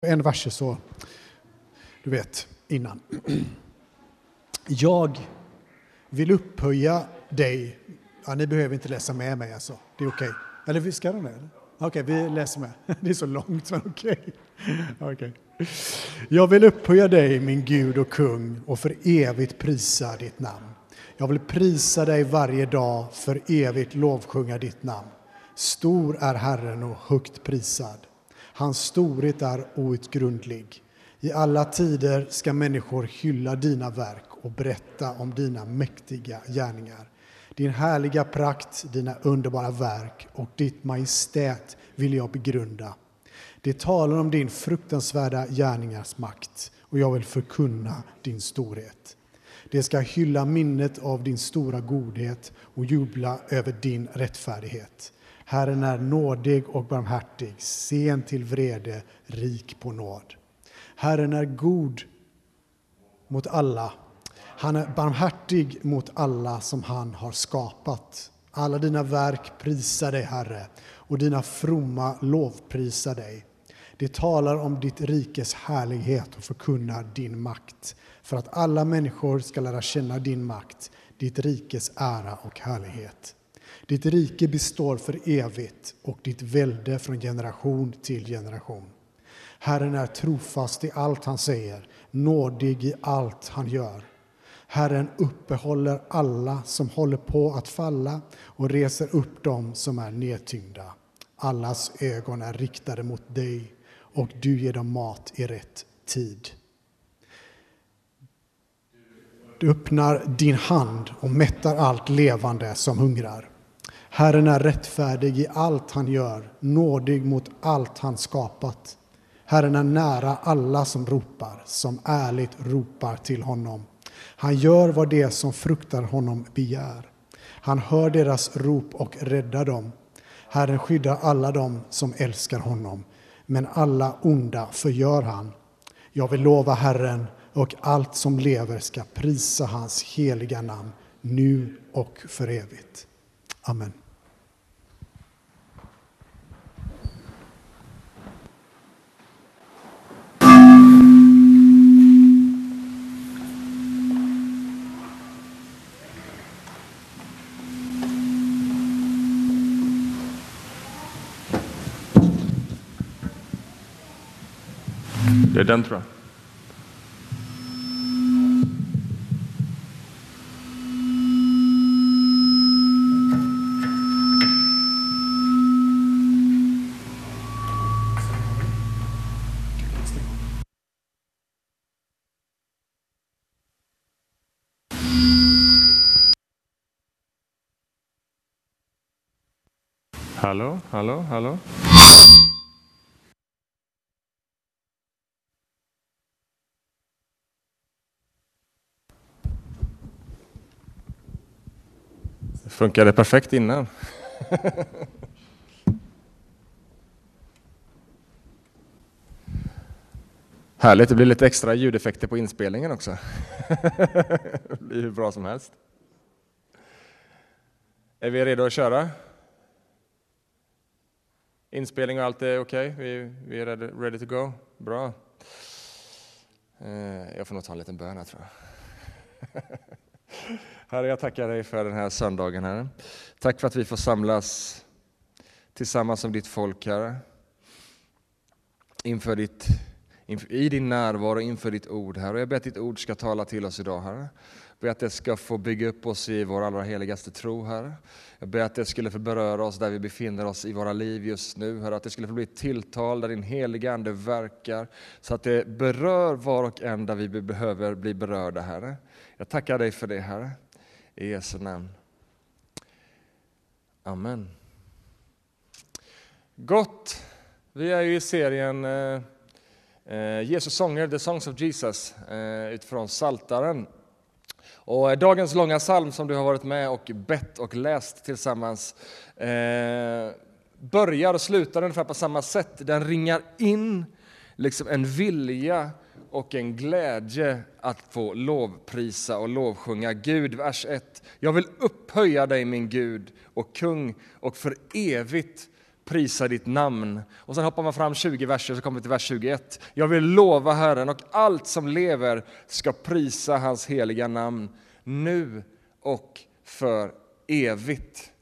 En vers så, du vet, innan. Jag vill upphöja dig. Ja, ni behöver inte läsa med mig alltså. Det är okej. Eller vi ska det med? Okej, vi läser med. Det är så långt, men okej. Jag vill upphöja dig, min Gud och kung, och för evigt prisa ditt namn. Jag vill prisa dig varje dag, för evigt lovsjunga ditt namn. Stor är Herren och högt prisad. Hans storhet är outgrundlig. I alla tider ska människor hylla dina verk och berätta om dina mäktiga gärningar. Din härliga prakt, dina underbara verk och ditt majestät vill jag begrunda. Det talar om din fruktansvärda gärningars makt och jag vill förkunna din storhet. Det ska hylla minnet av din stora godhet och jubla över din rättfärdighet. Herren är nådig och barmhärtig, sen till vrede, rik på nåd. Herren är god mot alla. Han är barmhärtig mot alla som han har skapat. Alla dina verk prisar dig, Herre, och dina fromma lovprisar dig. Det talar om ditt rikes härlighet och förkunnar din makt. För att alla människor ska lära känna din makt, ditt rikes ära och härlighet. Ditt rike består för evigt och ditt välde från generation till generation. Herren är trofast i allt han säger, nådig i allt han gör. Herren uppehåller alla som håller på att falla och reser upp dem som är nedtyngda. Allas ögon är riktade mot dig och du ger dem mat i rätt tid. Du öppnar din hand och mättar allt levande som hungrar. Herren är rättfärdig i allt han gör, nådig mot allt han skapat. Herren är nära alla som ropar, som ärligt ropar till honom. Han gör vad det som fruktar honom begär. Han hör deras rop och räddar dem. Herren skyddar alla dem som älskar honom, men alla onda förgör han. Jag vill lova Herren och allt som lever ska prisa hans heliga namn, nu och för evigt. Amen. Det är den, tror jag. Hallå. Funkar det perfekt innan? Härligt, det blir lite extra ljudeffekter på inspelningen också. Det blir hur bra som helst. Är vi redo att köra? Inspelning och allt är okej? Vi är ready to go? Bra. Jag får nog ta en liten bön här, tror jag. Herre, jag tackar dig för den här söndagen, Herre. Tack för att vi får samlas tillsammans som ditt folk, Herre. I din närvaro, inför ditt ord, Herre. Och jag ber att ditt ord ska tala till oss idag, Herre. Jag ber att det ska få bygga upp oss i vår allra heligaste tro, Herre. Jag ber att det skulle få beröra oss där vi befinner oss i våra liv just nu, Herre. Att det skulle få bli ett tilltal där din heliga ande verkar, så att det berör var och en där vi behöver bli berörda, Herre. Jag tackar dig för det, Herre. I Jesu namn. Amen. Gott. Vi är ju i serien Jesus sånger, The Songs of Jesus, utifrån Psaltaren. Och dagens långa psalm som du har varit med och bett och läst tillsammans börjar och slutar ungefär på samma sätt. Den ringar in liksom en vilja och en glädje att få lovprisa och lovsjunga Gud. Vers 1. Jag vill upphöja dig, min Gud och kung, och för evigt prisa ditt namn. Och sen hoppar man fram 20 verser så kommer vi till vers 21. Jag vill lova Herren och allt som lever ska prisa hans heliga namn nu och för evigt.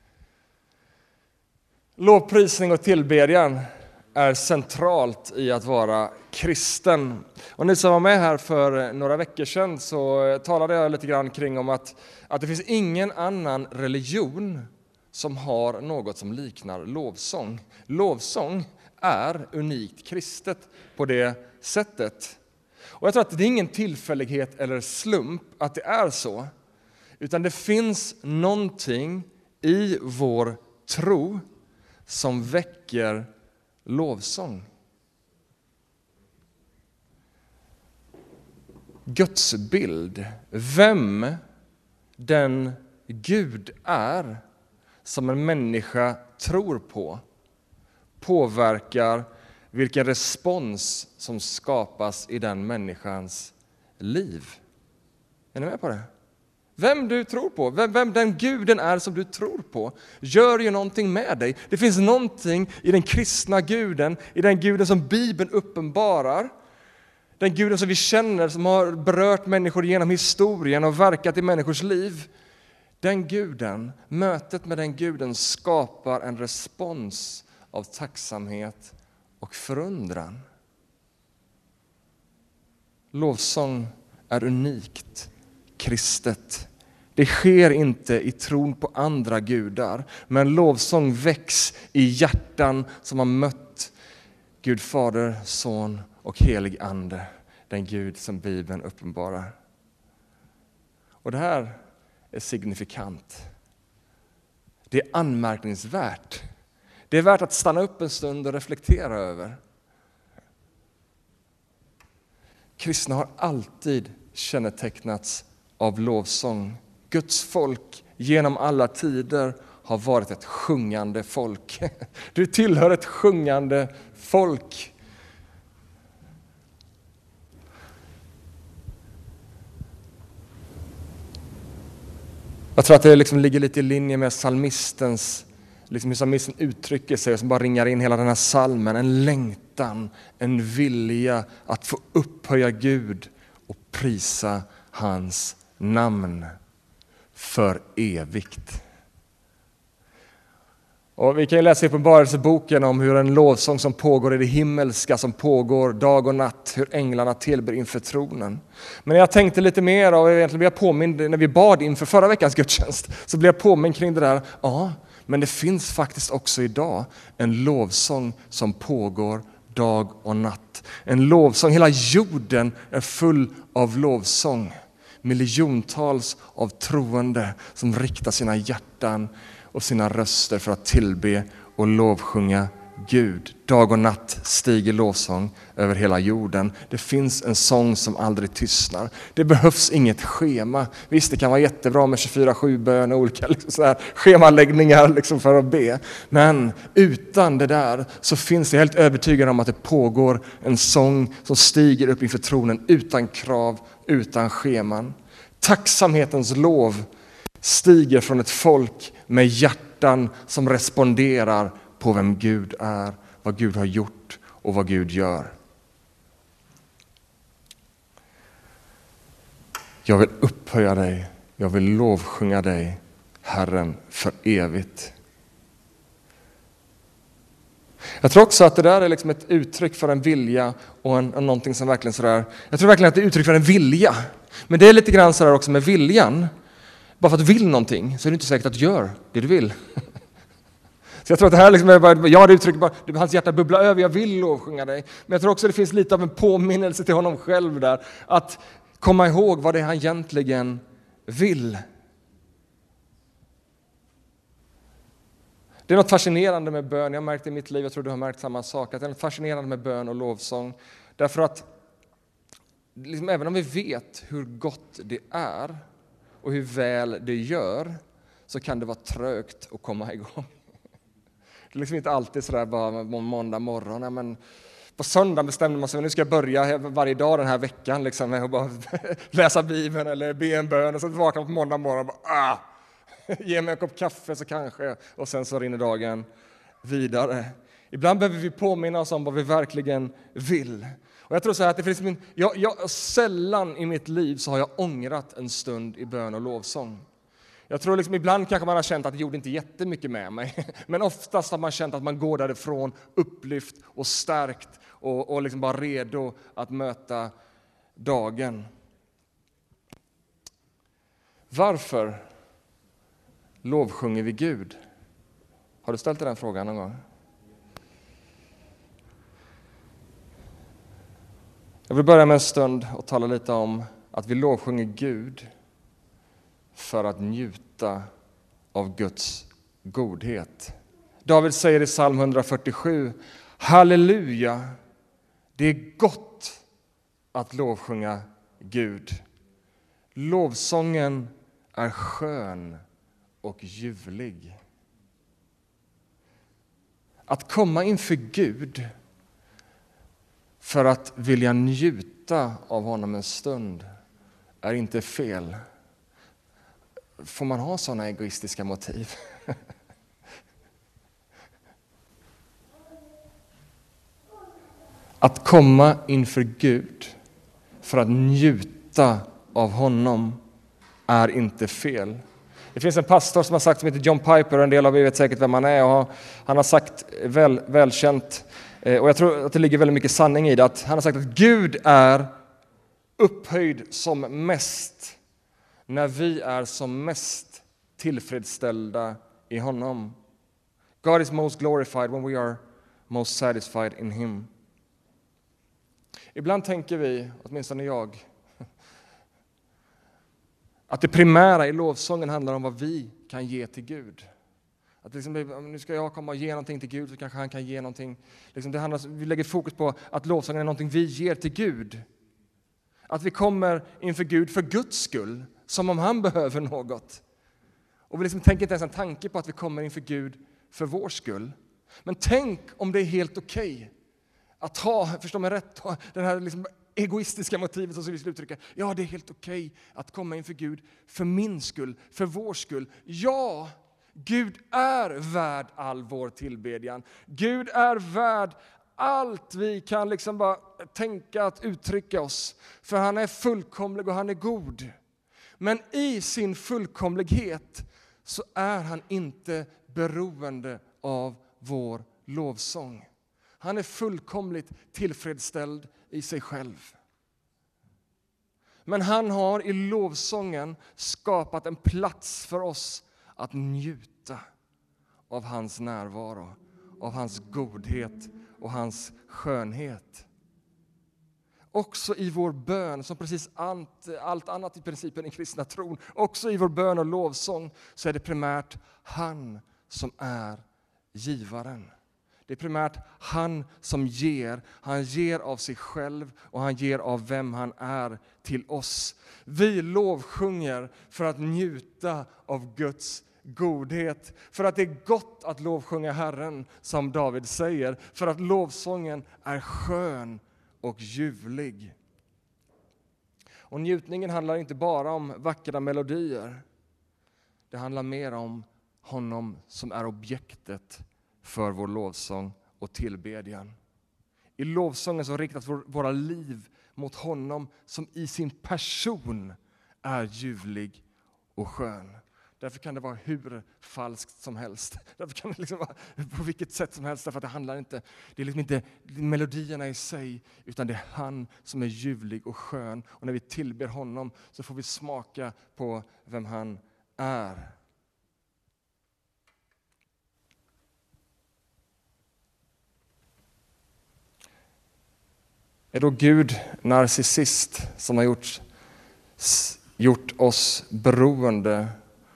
Lovprisning och tillbedjan är centralt i att vara kristen. Och ni som var med här för några veckor sedan så talade jag lite grann kring om att det finns ingen annan religion som har något som liknar lovsång. Lovsång är unikt kristet på det sättet. Och jag tror att det är ingen tillfällighet eller slump att det är så. Utan det finns någonting i vår tro som väcker lovsång. Guds bild, vem den Gud är som en människa tror på, påverkar vilken respons som skapas i den människans liv. Är ni med på det? Vem du tror på, vem den guden är som du tror på, gör ju någonting med dig. Det finns någonting i den kristna guden, i den guden som Bibeln uppenbarar. Den guden som vi känner, som har berört människor genom historien och verkat i människors liv. Den guden, mötet med den guden skapar en respons av tacksamhet och förundran. Lovsång är unikt kristet. Det sker inte i tron på andra gudar, men lovsång väcks i hjärtan som har mött Gud Fader, Son och helig ande, den Gud som Bibeln uppenbarar. Och det här är signifikant. Det är anmärkningsvärt. Det är värt att stanna upp en stund och reflektera över. Kristna har alltid kännetecknats av lovsång. Guds folk genom alla tider har varit ett sjungande folk. Du tillhör ett sjungande folk. Jag tror att det ligger lite i linje med psalmistens, hur psalmisten uttrycker sig, som bara ringar in hela den här psalmen. En längtan, en vilja att få upphöja Gud och prisa hans namn för evigt. Och vi kan ju läsa i Uppenbarelseboken om hur en lovsång som pågår i det himmelska, som pågår dag och natt, hur änglarna tillber inför tronen. Men jag tänkte lite mer, och egentligen blev jag påmind när vi bad inför förra veckans gudstjänst, så blev jag påmind kring det där. Ja, men det finns faktiskt också idag en lovsång som pågår dag och natt. En lovsång, hela jorden är full av lovsång. Miljontals av troende som riktar sina hjärtan och sina röster för att tillbe och lovsjunga Gud. Dag och natt stiger lovsång över hela jorden. Det finns en sång som aldrig tystnar. Det behövs inget schema. Visst, det kan vara jättebra med 24/7-bön och olika schemaläggningar för att be. Men utan det där så finns det, helt övertygad om att det pågår en sång som stiger upp inför tronen utan krav, utan scheman. Tacksamhetens lov stiger från ett folk med hjärtan som responderar på vem Gud är, vad Gud har gjort och vad Gud gör. Jag vill upphöja dig, jag vill lovsjunga dig, Herren, för evigt. Jag tror också att det där är ett uttryck för en vilja och någonting som verkligen sådär. Jag tror verkligen att det är uttryck för en vilja. Men det är lite grann sådär också med viljan. Bara för att du vill någonting så är det inte säkert att du gör det du vill. Så jag tror att det här är bara, det uttrycker bara, hans hjärta bubblar över, jag vill lovsjunga dig. Men jag tror också att det finns lite av en påminnelse till honom själv där. Att komma ihåg vad det är han egentligen vill. Det är något fascinerande med bön. Jag har märkt i mitt liv, jag tror du har märkt samma sak, att det är något fascinerande med bön och lovsång. Därför att även om vi vet hur gott det är och hur väl det gör, så kan det vara trögt att komma igång. Det är inte alltid sådär bara måndag morgon. Ja, men på söndag bestämde man sig, nu ska jag börja varje dag den här veckan med att bara läsa Bibeln eller be en bön. Och så vaknar man på måndag morgon och bara, ge mig en kopp kaffe så kanske. Och sen så rinner dagen vidare. Ibland behöver vi påminna oss om vad vi verkligen vill. Och jag tror så här att det finns jag sällan i mitt liv så har jag ångrat en stund i bön och lovsång. Jag tror liksom ibland kanske man har känt att det gjorde inte jättemycket med mig. Men oftast har man känt att man går därifrån upplyft och stärkt och liksom bara redo att möta dagen. Varför lovsjunger vi Gud? Har du ställt dig den frågan någon gång? Jag vill börja med en stund och tala lite om att vi lovsjunger Gud för att njuta av Guds godhet. David säger i psalm 147: Halleluja, det är gott att lovsjunga Gud. Lovsången är skön och ljuvlig. Att komma inför Gud för att vilja njuta av honom en stund är inte fel. Får man ha sådana egoistiska motiv? Att komma inför Gud för att njuta av honom är inte fel. Det finns en pastor som har sagt, som heter John Piper, en del av er vet säkert vem han är, och han har sagt välkänt, och jag tror att det ligger väldigt mycket sanning i det, att han har sagt att Gud är upphöjd som mest när vi är som mest tillfredsställda i honom. God is most glorified when we are most satisfied in him. Ibland tänker vi, åtminstone jag, att det primära i lovsången handlar om vad vi kan ge till Gud. Att liksom, nu ska jag komma och ge någonting till Gud, så kanske han kan ge någonting. Liksom det handlar, vi lägger fokus på att lovsången är någonting vi ger till Gud. Att vi kommer inför Gud för Guds skull, som om han behöver något. Och vi liksom tänker inte ens en tanke på att vi kommer inför Gud för vår skull. Men tänk om det är helt okej att ha, förstå mig rätt, den här liksom egoistiska motivet som vi skulle uttrycka. Ja, det är helt okej att komma inför Gud för min skull, för vår skull. Ja, Gud är värd all vår tillbedjan. Gud är värd allt vi kan liksom bara tänka att uttrycka oss. För han är fullkomlig och han är god. Men i sin fullkomlighet så är han inte beroende av vår lovsång. Han är fullkomligt tillfredsställd i sig själv. Men han har i lovsången skapat en plats för oss att njuta av hans närvaro, av hans godhet och hans skönhet. Också i vår bön, som precis allt annat i principen i kristna tron, också i vår bön och lovsång så är det primärt han som är givaren. Det är primärt han som ger. Han ger av sig själv och han ger av vem han är till oss. Vi lovsjunger för att njuta av Guds godhet. För att det är gott att lovsjunga Herren, som David säger. För att lovsången är skön och ljuvlig. Och njutningen handlar inte bara om vackra melodier. Det handlar mer om honom som är objektet för vår lovsång och tillbedjan. I lovsången så riktas våra liv mot honom som i sin person är ljuvlig och skön. Därför kan det vara hur falskt som helst. Därför kan det liksom vara på vilket sätt som helst. Därför att det handlar inte, det är liksom inte melodierna i sig, utan det är han som är ljuvlig och skön. Och när vi tillber honom så får vi smaka på vem han är. Är då Gud narcissist som har gjort oss beroende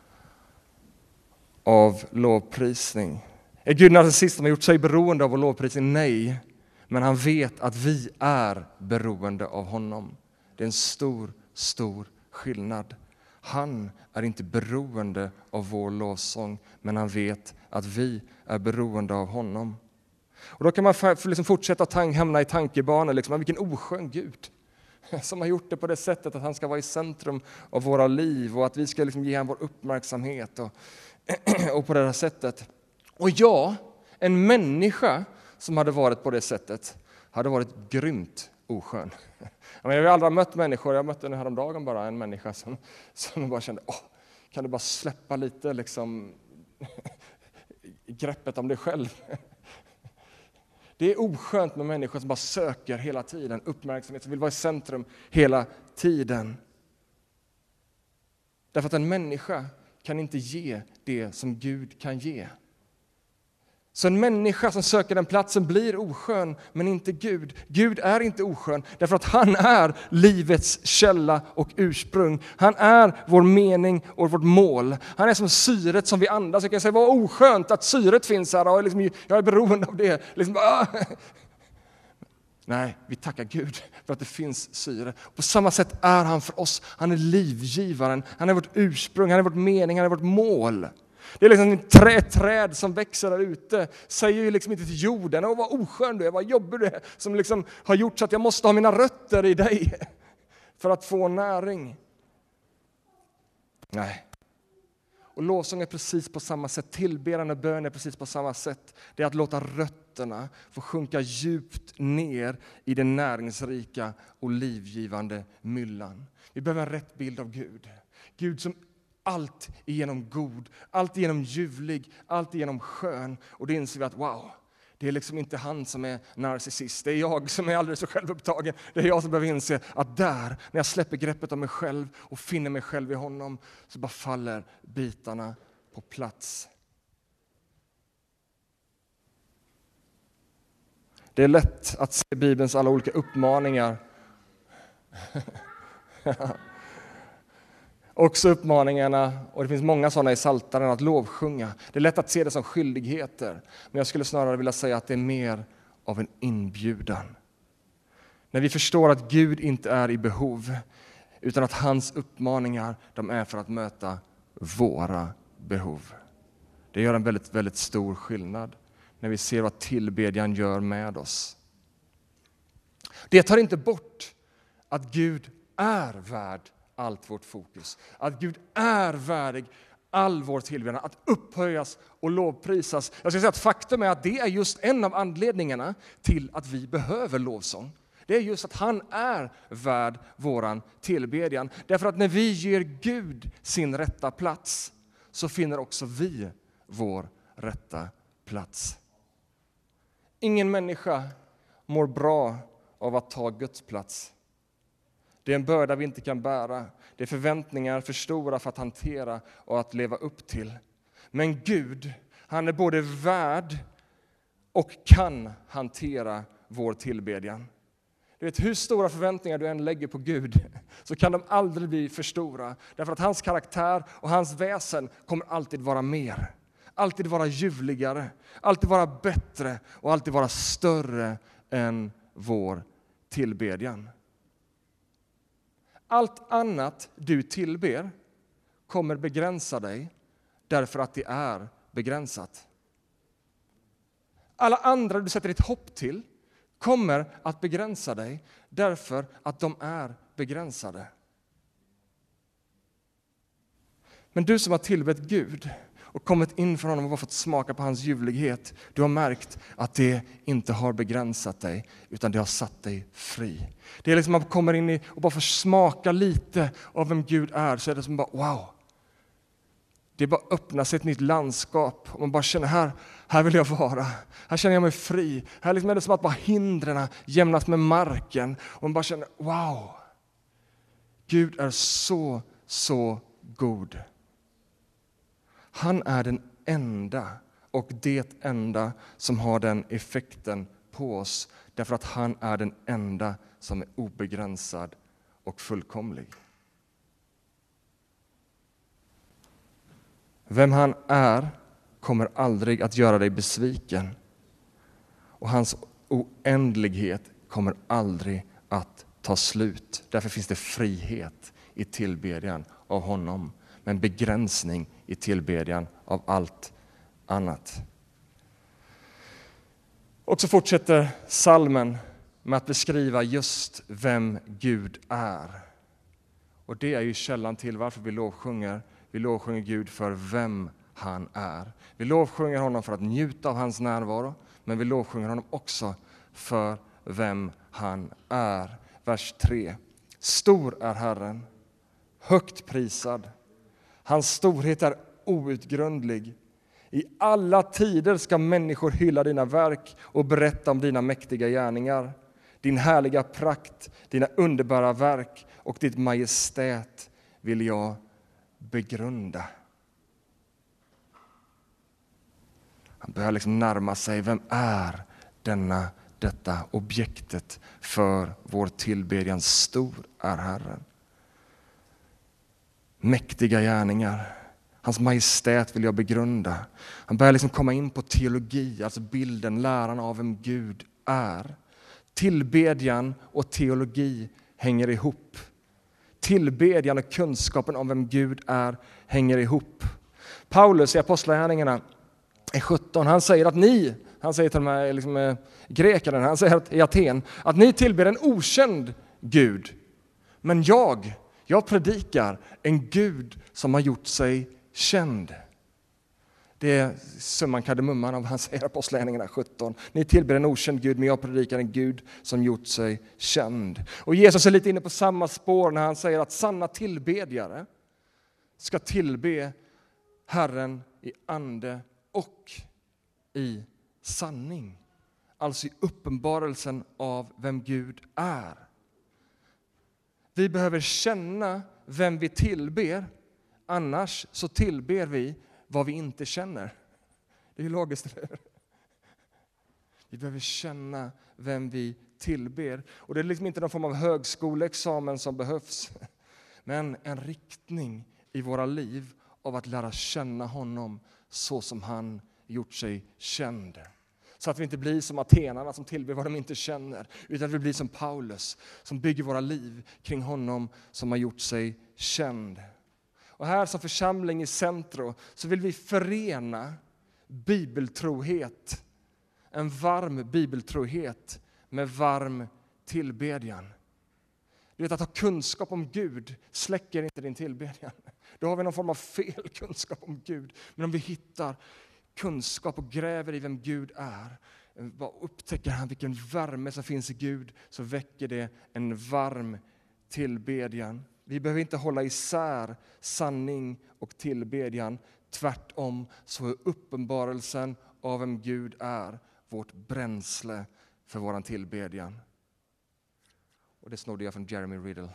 av lovprisning? Är Gud narcissist som har gjort sig beroende av vår lovprisning? Nej, men han vet att vi är beroende av honom. Det är en stor skillnad. Han är inte beroende av vår lovsång, men han vet att vi är beroende av honom. Och då kan man liksom fortsätta hamna i tankebanor, liksom, vilken oskön Gud som har gjort det på det sättet att han ska vara i centrum av våra liv och att vi ska liksom ge honom vår uppmärksamhet och på det här sättet. Och ja, En människa som hade varit på det sättet hade varit grymt oskön. Jag har aldrig mött människor, jag mötte häromdagen bara en människa som bara kände, kan du bara släppa lite liksom, greppet om dig själv. Det är oskönt med människor som bara söker hela tiden uppmärksamhet, som vill vara i centrum hela tiden. Därför att en människa kan inte ge det som Gud kan ge. Så en människa som söker den platsen blir oskön, men inte Gud. Gud är inte oskön, därför att han är livets källa och ursprung. Han är vår mening och vårt mål. Han är som syret som vi andas. Jag kan säga, vad oskönt att syret finns här och liksom, jag är beroende av det. Nej, vi tackar Gud för att det finns syre. På samma sätt är han för oss. Han är livgivaren, han är vårt ursprung, han är vårt mening, han är vårt mål. Det är liksom ett träd som växer där ute. Säger ju liksom inte till jorden, vad oskön du är, vad jobbig du är. Som liksom har gjort så att jag måste ha mina rötter i dig för att få näring. Nej. Och lovsång är precis på samma sätt. Tillbedjande bön är precis på samma sätt. Det är att låta rötterna få sjunka djupt ner i den näringsrika och livgivande myllan. Vi behöver en rätt bild av Gud. Gud som allt igenom god, allt igenom ljuvlig, allt igenom skön. Och då inser vi att wow, det är liksom inte han som är narcissist. Det är jag som är alldeles så självupptagen. Det är jag som behöver inse att där, när jag släpper greppet om mig själv och finner mig själv i honom, så bara faller bitarna på plats. Det är lätt att se Bibelns alla olika uppmaningar. Också uppmaningarna, och det finns många sådana i Psaltaren, att lovsjunga. Det är lätt att se det som skyldigheter. Men jag skulle snarare vilja säga att det är mer av en inbjudan. När vi förstår att Gud inte är i behov, utan att hans uppmaningar, de är för att möta våra behov. Det gör en väldigt, väldigt stor skillnad när vi ser vad tillbedjan gör med oss. Det tar inte bort att Gud är värd allt vårt fokus. Att Gud är värdig all vår tillbedjan, att upphöjas och lovprisas. Jag ska säga att faktum är att det är just en av anledningarna till att vi behöver lovsång. Det är just att han är värd våran tillbedjan. Därför att när vi ger Gud sin rätta plats, så finner också vi vår rätta plats. Ingen människa mår bra av att ta Guds plats. Det är en börda vi inte kan bära. Det är förväntningar för stora för att hantera och att leva upp till. Men Gud, han är både värd och kan hantera vår tillbedjan. Du vet, hur stora förväntningar du än lägger på Gud, så kan de aldrig bli för stora. Därför att hans karaktär och hans väsen kommer alltid vara mer. Alltid vara ljuvligare, alltid vara bättre och alltid vara större än vår tillbedjan. Allt annat du tillber kommer begränsa dig därför att det är begränsat. Alla andra du sätter ditt hopp till kommer att begränsa dig därför att de är begränsade. Men du som har tillbett Gud och kommit in från honom och bara fått smaka på hans ljuvlighet, du har märkt att det inte har begränsat dig, utan det har satt dig fri. Det är liksom att man kommer in i och bara får smaka lite av vem Gud är, så är det som bara wow. Det bara öppnar sig ett nytt landskap och man bara känner, här vill jag vara. Här känner jag mig fri. Här liksom är det som att bara hindren jämnas med marken och man bara känner wow. Gud är så god. Han är den enda och det enda som har den effekten på oss. Därför att han är den enda som är obegränsad och fullkomlig. Vem han är kommer aldrig att göra dig besviken. Och hans oändlighet kommer aldrig att ta slut. Därför finns det frihet i tillbedjan av honom. Men begränsning i tillbedjan av allt annat. Och så fortsätter psalmen med att beskriva just vem Gud är. Och det är ju källan till varför vi lovsjunger. Vi lovsjunger Gud för vem han är. Vi lovsjunger honom för att njuta av hans närvaro, men vi lovsjunger honom också för vem han är. Vers 3. Stor är Herren, högt prisad. Hans storhet är outgrundlig. I alla tider ska människor hylla dina verk och berätta om dina mäktiga gärningar. Din härliga prakt, dina underbara verk och ditt majestät vill jag begrunda. Han börjar liksom närma sig, vem är detta objektet för vår tillbedjan? Stor är Herren. Mäktiga gärningar. Hans majestät vill jag begrunda. Han börjar liksom komma in på teologi, alltså bilden, läran av vem Gud är. Tillbedjan och teologi hänger ihop. Tillbedjan och kunskapen om vem Gud är hänger ihop. Paulus i Apostlagärningarna i 17, han säger till de här liksom, grekerna, han säger i Aten, att ni tillber en okänd Gud. Men jag predikar en Gud som har gjort sig känd. Det är summan kardemumman av vad han säger i Apostlagärningarna 17. Ni tillber en okänd Gud, men jag predikar en Gud som gjort sig känd. Och Jesus är lite inne på samma spår när han säger att sanna tillbedjare ska tillbe Herren i ande och i sanning. Alltså i uppenbarelsen av vem Gud är. Vi behöver känna vem vi tillber, annars så tillber vi vad vi inte känner. Det är ju logiskt. Vi behöver känna vem vi tillber. Och det är liksom inte någon form av högskoleexamen som behövs. Men en riktning i våra liv av att lära känna honom så som han gjort sig känd. Så att vi inte blir som atenarna som tillber vad de inte känner. Utan att vi blir som Paulus som bygger våra liv kring honom som har gjort sig känd. Och här som församling i Centro så vill vi förena bibeltrohet, en varm bibeltrohet med varm tillbedjan. Du vet, att ha kunskap om Gud släcker inte din tillbedjan. Då har vi någon form av fel kunskap om Gud. Men om vi hittar kunskap och gräver i vem Gud är, upptäcker han vilken värme som finns i Gud, så väcker det en varm tillbedjan. Vi behöver inte hålla isär sanning och tillbedjan. Tvärtom så är uppenbarelsen av vem Gud är vårt bränsle för våran tillbedjan. Och det snodde jag från Jeremy Riddle.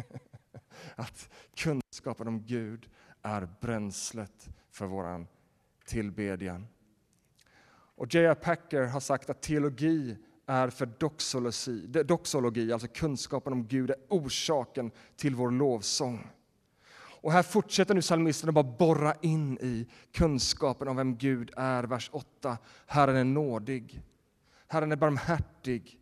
Att kunskapen om Gud är bränslet för våran tillbedjan. Och J.I. Packer har sagt att teologi är för doxologi, alltså kunskapen om Gud, är orsaken till vår lovsång. Och här fortsätter nu psalmisten att bara borra in i kunskapen om vem Gud är. Vers 8. Herren är nådig. Herren är barmhärtig.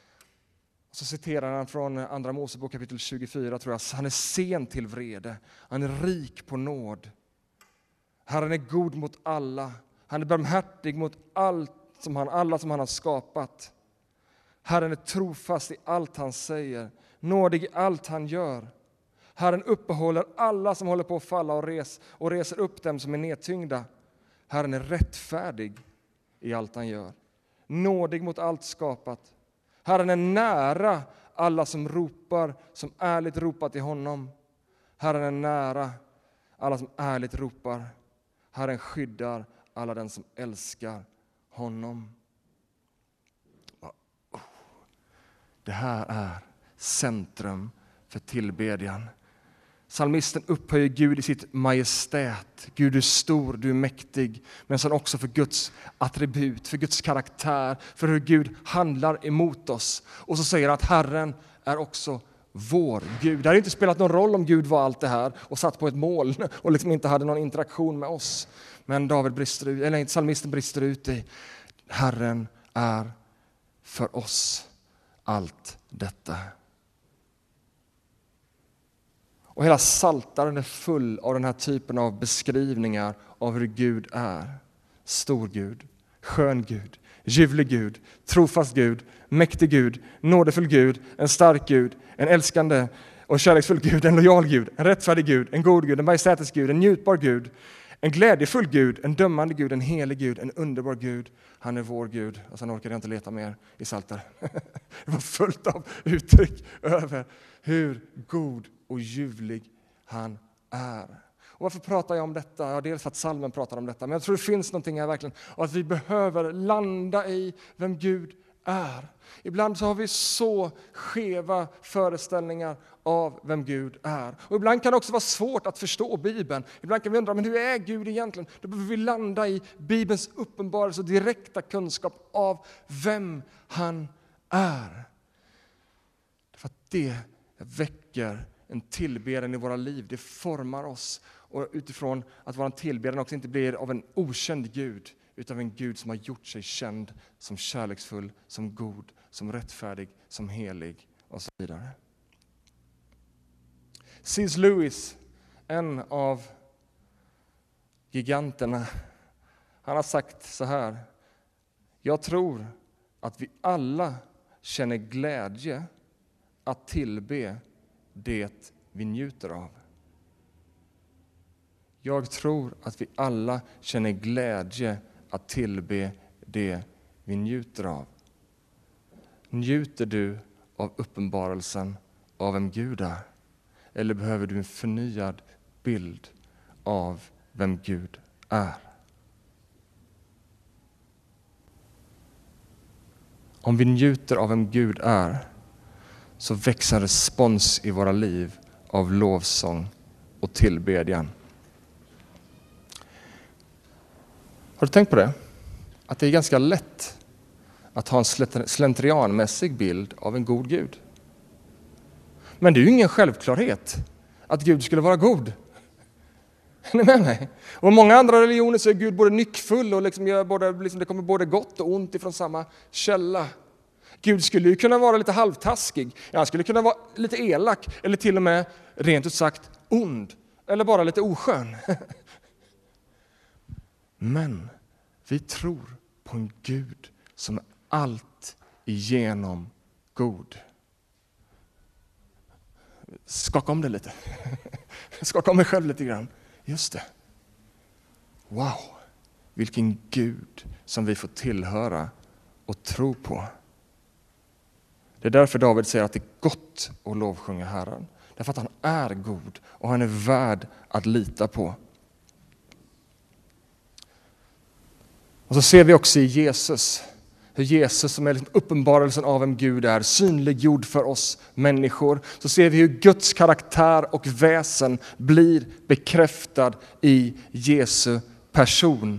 Så citerar han från Andra Mosebok kapitel 24, tror jag. Han är sen till vrede. Han är rik på nåd. Herren är god mot alla. Han är barmhärtig mot alla som han har skapat. Herren är trofast i allt han säger, nådig i allt han gör. Herren uppehåller alla som håller på att falla och reser upp dem som är nedtyngda. Herren är rättfärdig i allt han gör, nådig mot allt skapat. Herren är nära alla som ropar, som ärligt ropar till honom. Herren är nära alla som ärligt ropar. Herren skyddar alla den som älskar honom. Det här är centrum för tillbedjan. Psalmisten upphöjer Gud i sitt majestät. Gud är stor, du är mäktig. Men sen också för Guds attribut, för Guds karaktär, för hur Gud handlar emot oss. Och så säger han att Herren är också vår Gud. Det har inte spelat någon roll om Gud var allt det här och satt på ett moln och liksom inte hade någon interaktion med oss. Men psalmisten brister ut i Herren är för oss allt detta. Och hela Psaltaren är full av den här typen av beskrivningar av hur Gud är. Stor Gud, skön Gud, ljuvlig Gud, trofast Gud, mäktig Gud, nådefull Gud, en stark Gud, en älskande och kärleksfull Gud, en lojal Gud, en rättfärdig Gud, en god Gud, en majestätisk Gud, en njutbar Gud, En glädjefull Gud, en dömande Gud, en helig Gud, en underbar Gud. Han är vår Gud. Och sen orkade jag inte leta mer i Psalter. Det var fullt av uttryck över hur god och ljuvlig han är. Och varför pratar jag om detta? Ja, dels för att Psalmen pratar om detta. Men jag tror det finns någonting här verkligen. Och att vi behöver landa i vem Gud är. Ibland så har vi så skeva föreställningar av vem Gud är. Och ibland kan det också vara svårt att förstå Bibeln. Ibland kan vi undra, men hur är Gud egentligen? Då behöver vi landa i Bibelns uppenbarelse och direkta kunskap av vem han är. För att det väcker en tillbedjan i våra liv. Det formar oss. Och utifrån att vara en tillbedjan också inte blir av en okänd Gud, utan en Gud som har gjort sig känd som kärleksfull, som god, som rättfärdig, som helig och så vidare. C.S. Lewis, en av giganterna, han har sagt så här: jag tror att vi alla känner glädje att tillbe det vi njuter av. Jag tror att vi alla känner glädje att tillbe det vi njuter av. Njuter du av uppenbarelsen av vem Gud är? Eller behöver du en förnyad bild av vem Gud är? Om vi njuter av vem Gud är, så växer respons i våra liv av lovsång och tillbedjan. Har du tänkt på det? Att det är ganska lätt att ha en slentrianmässig bild av en god Gud. Men det är ju ingen självklarhet att Gud skulle vara god. Är ni med mig? Och i många andra religioner så är Gud både nyckfull och det kommer både gott och ont ifrån samma källa. Gud skulle ju kunna vara lite halvtaskig. Han skulle kunna vara lite elak eller till och med rent ut sagt ond. Eller bara lite oskön. Men vi tror på en Gud som är allt igenom god. Skaka om det lite. Skaka om mig själv lite grann. Just det. Wow, vilken Gud som vi får tillhöra och tro på. Det är därför David säger att det är gott att lovsjunga Herren. Därför att han är god och han är värd att lita på. Och så ser vi också i Jesus, hur Jesus som är uppenbarelsen av vem Gud är, synliggjord för oss människor. Så ser vi hur Guds karaktär och väsen blir bekräftad i Jesu person.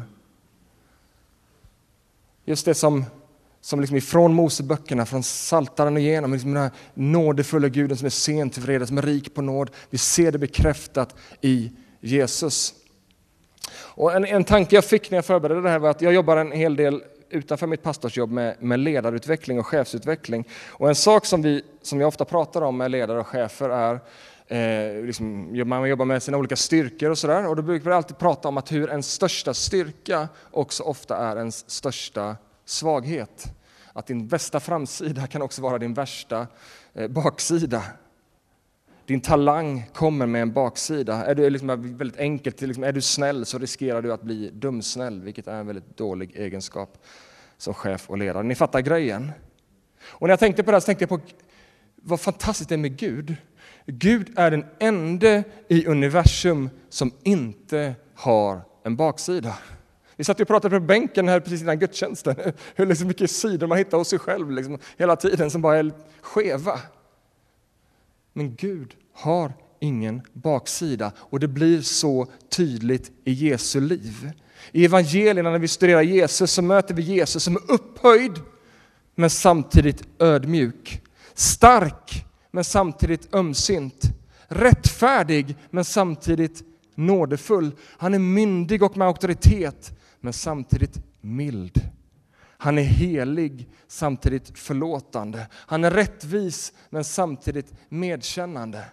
Just det som liksom ifrån Moseböckerna, från Psaltaren och igenom, liksom den här nådefulla Guden som är sen till vrede, som är rik på nåd. Vi ser det bekräftat i Jesus. Och en tanke jag fick när jag förberedde det här var att jag jobbar en hel del utanför mitt pastorsjobb med ledarutveckling och chefsutveckling. Och en sak som jag ofta pratar om med ledare och chefer är man jobbar med sina olika styrkor och sådär. Och då brukar vi alltid prata om att hur ens största styrka också ofta är ens största svaghet. Att din bästa framsida kan också vara din värsta baksida. Din talang kommer med en baksida. Är du väldigt enkelt, är du snäll så riskerar du att bli dumsnäll, vilket är en väldigt dålig egenskap som chef och ledare. Ni fattar grejen. Och när jag tänkte på det här så tänkte jag på vad fantastiskt det är med Gud. Gud är den enda i universum som inte har en baksida. Vi satt och pratade på bänken här precis innan gudstjänsten. Hur mycket sidor man hittar hos sig själv hela tiden som bara är skeva. Men Gud har ingen baksida och det blir så tydligt i Jesu liv. I evangelierna när vi studerar Jesus så möter vi Jesus som är upphöjd men samtidigt ödmjuk. Stark men samtidigt ömsint. Rättfärdig men samtidigt nådefull. Han är myndig och med auktoritet men samtidigt mild. Han är helig, samtidigt förlåtande. Han är rättvis, men samtidigt medkännande.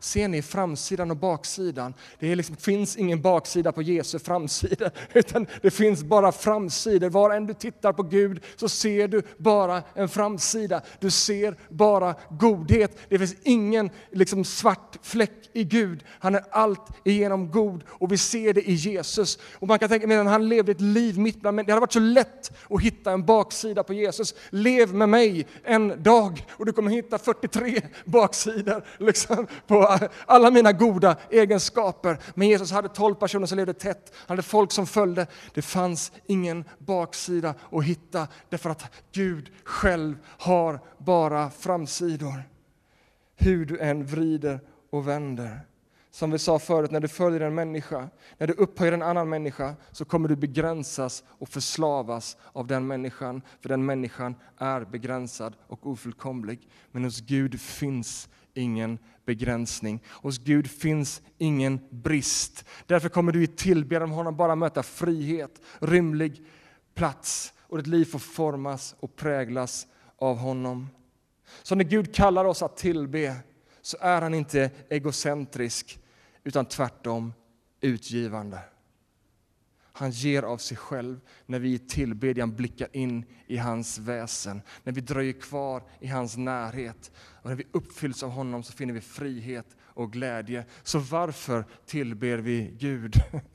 Ser ni framsidan och baksidan? Det finns ingen baksida på Jesu framsida, utan det finns bara framsidor. Var än du tittar på Gud så ser du bara en framsida. Du ser bara godhet. Det finns ingen svart fläck i Gud. Han är allt igenom god, och vi ser det i Jesus. Och man kan tänka sig att han levde ett liv mitt bland människor. Det hade varit så lätt att hitta en baksida på Jesus. Lev med mig en dag och du kommer hitta 43 baksidor på alla mina goda egenskaper. Men Jesus hade 12 personer som levde tätt. Han hade folk som följde. Det fanns ingen baksida att hitta, därför att Gud själv har bara framsidor. Hur du än vrider och vänder. Som vi sa förut, när du följer en människa, när du upphöjer en annan människa, så kommer du begränsas och förslavas av den människan. För den människan är begränsad och ofullkomlig. Men hos Gud finns ingen begränsning. Hos Gud finns ingen brist. Därför kommer du i tillbedjan om honom bara möta frihet, rymlig plats. Och ditt liv får formas och präglas av honom. Så när Gud kallar oss att tillbe, så är han inte egocentrisk, utan tvärtom utgivande. Han ger av sig själv när vi i tillbedjan blickar in i hans väsen. När vi dröjer kvar i hans närhet. Och när vi uppfylls av honom så finner vi frihet och glädje. Så varför tillber vi Gud?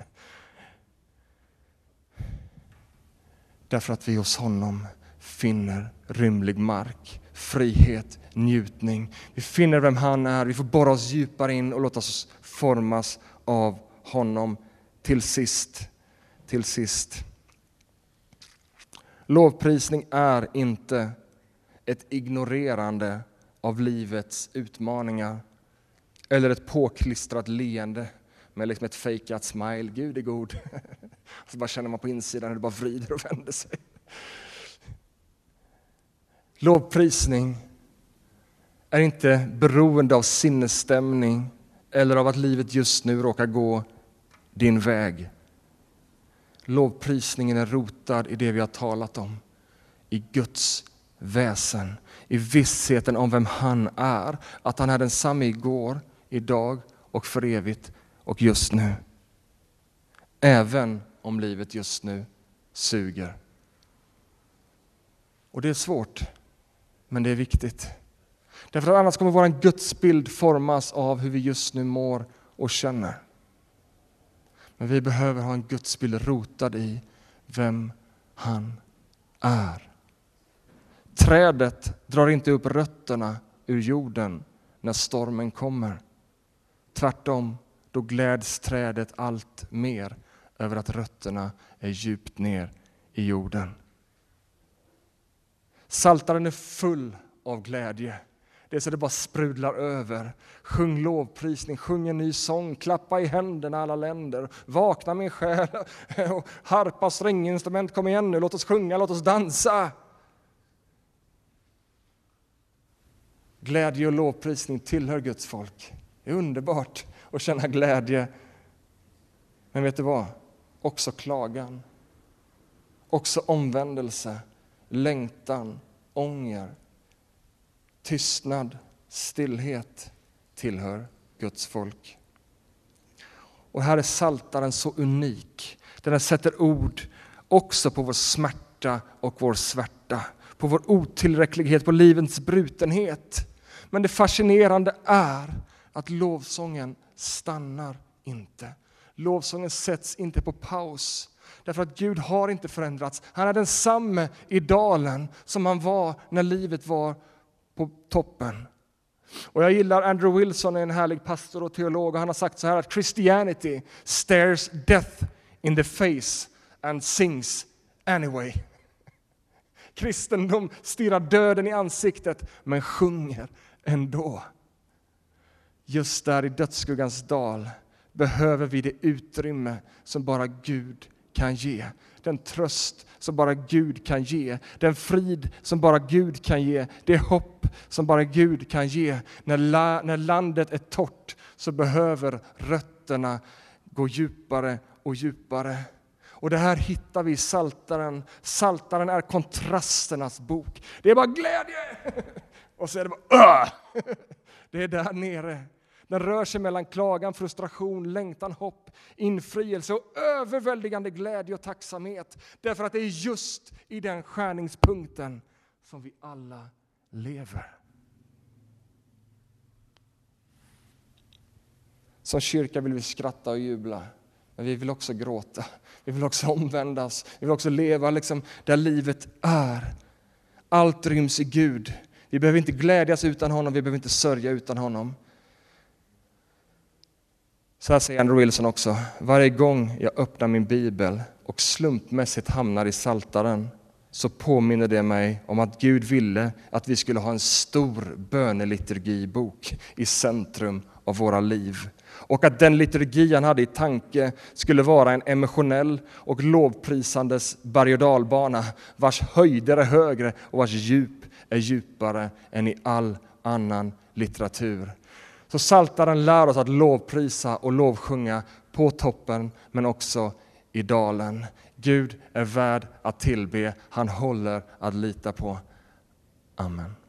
Därför att vi hos honom finner rymlig mark, frihet, njutning. Vi finner vem han är. Vi får borra oss djupare in och låta oss formas av honom till sist. Lovprisning är inte ett ignorerande av livets utmaningar eller ett påklistrat leende med ett fejkat smile. Gud är god. Så bara känner man på insidan hur det bara vrider och vänder sig. Lovprisning är inte beroende av sinnesstämning eller av att livet just nu råkar gå din väg. Lovprisningen är rotad i det vi har talat om. I Guds väsen. I vissheten om vem han är. Att han är densamma igår, idag och för evigt och just nu. Även om livet just nu suger. Och det är svårt, men det är viktigt. Därför att annars kommer vår gudsbild formas av hur vi just nu mår och känner. Men vi behöver ha en gudsbild rotad i vem han är. Trädet drar inte upp rötterna ur jorden när stormen kommer. Tvärtom, då gläds trädet allt mer över att rötterna är djupt ner i jorden. Psaltaren är full av glädje. Det är så det bara sprudlar över. Sjung lovprisning, sjung en ny sång, klappa i händerna alla länder. Vakna min själ, harpa, stränginstrument, kom igen nu, låt oss sjunga, låt oss dansa. Glädje och lovprisning tillhör Guds folk. Det är underbart att känna glädje. Men vet du vad? Också klagan. Också omvändelse, längtan, ånger. Tystnad, stillhet tillhör Guds folk. Och här är psaltaren så unik. Den sätter ord också på vår smärta och vår svärta. På vår otillräcklighet, på livets brutenhet. Men det fascinerande är att lovsången stannar inte. Lovsången sätts inte på paus. Därför att Gud har inte förändrats. Han är densamme i dalen som han var när livet var på toppen. Och jag gillar Andrew Wilson, en härlig pastor och teolog. Och han har sagt så här att Christianity stares death in the face and sings anyway. Kristendom stirrar döden i ansiktet men sjunger ändå. Just där i dödsskuggans dal behöver vi det utrymme som bara Gud kan ge. Den tröst som bara Gud kan ge. Den frid som bara Gud kan ge. Det hopp som bara Gud kan ge. När landet är torrt så behöver rötterna gå djupare och djupare. Och det här hittar vi i Psaltaren. Psaltaren är kontrasternas bok. Det är bara glädje. Och så är det bara det är där nere. Den rör sig mellan klagan, frustration, längtan, hopp, infrielse och överväldigande glädje och tacksamhet. Därför att det är just i den skärningspunkten som vi alla lever. Som kyrka vill vi skratta och jubla, men vi vill också gråta. Vi vill också omvändas. Vi vill också leva liksom där livet är. Allt ryms i Gud. Vi behöver inte glädjas utan honom, vi behöver inte sörja utan honom. Så här säger Andrew Wilson också: varje gång jag öppnar min bibel och slumpmässigt hamnar i Psaltaren, så påminner det mig om att Gud ville att vi skulle ha en stor böneliturgibok i centrum av våra liv. Och att den liturgi han hade i tanke skulle vara en emotionell och lovprisandes berg- och dalbana, vars höjder är högre och vars djup är djupare än i all annan litteratur. Så Psaltaren lär oss att lovprisa och lovsjunga på toppen, men också i dalen. Gud är värd att tillbe, han håller att lita på. Amen.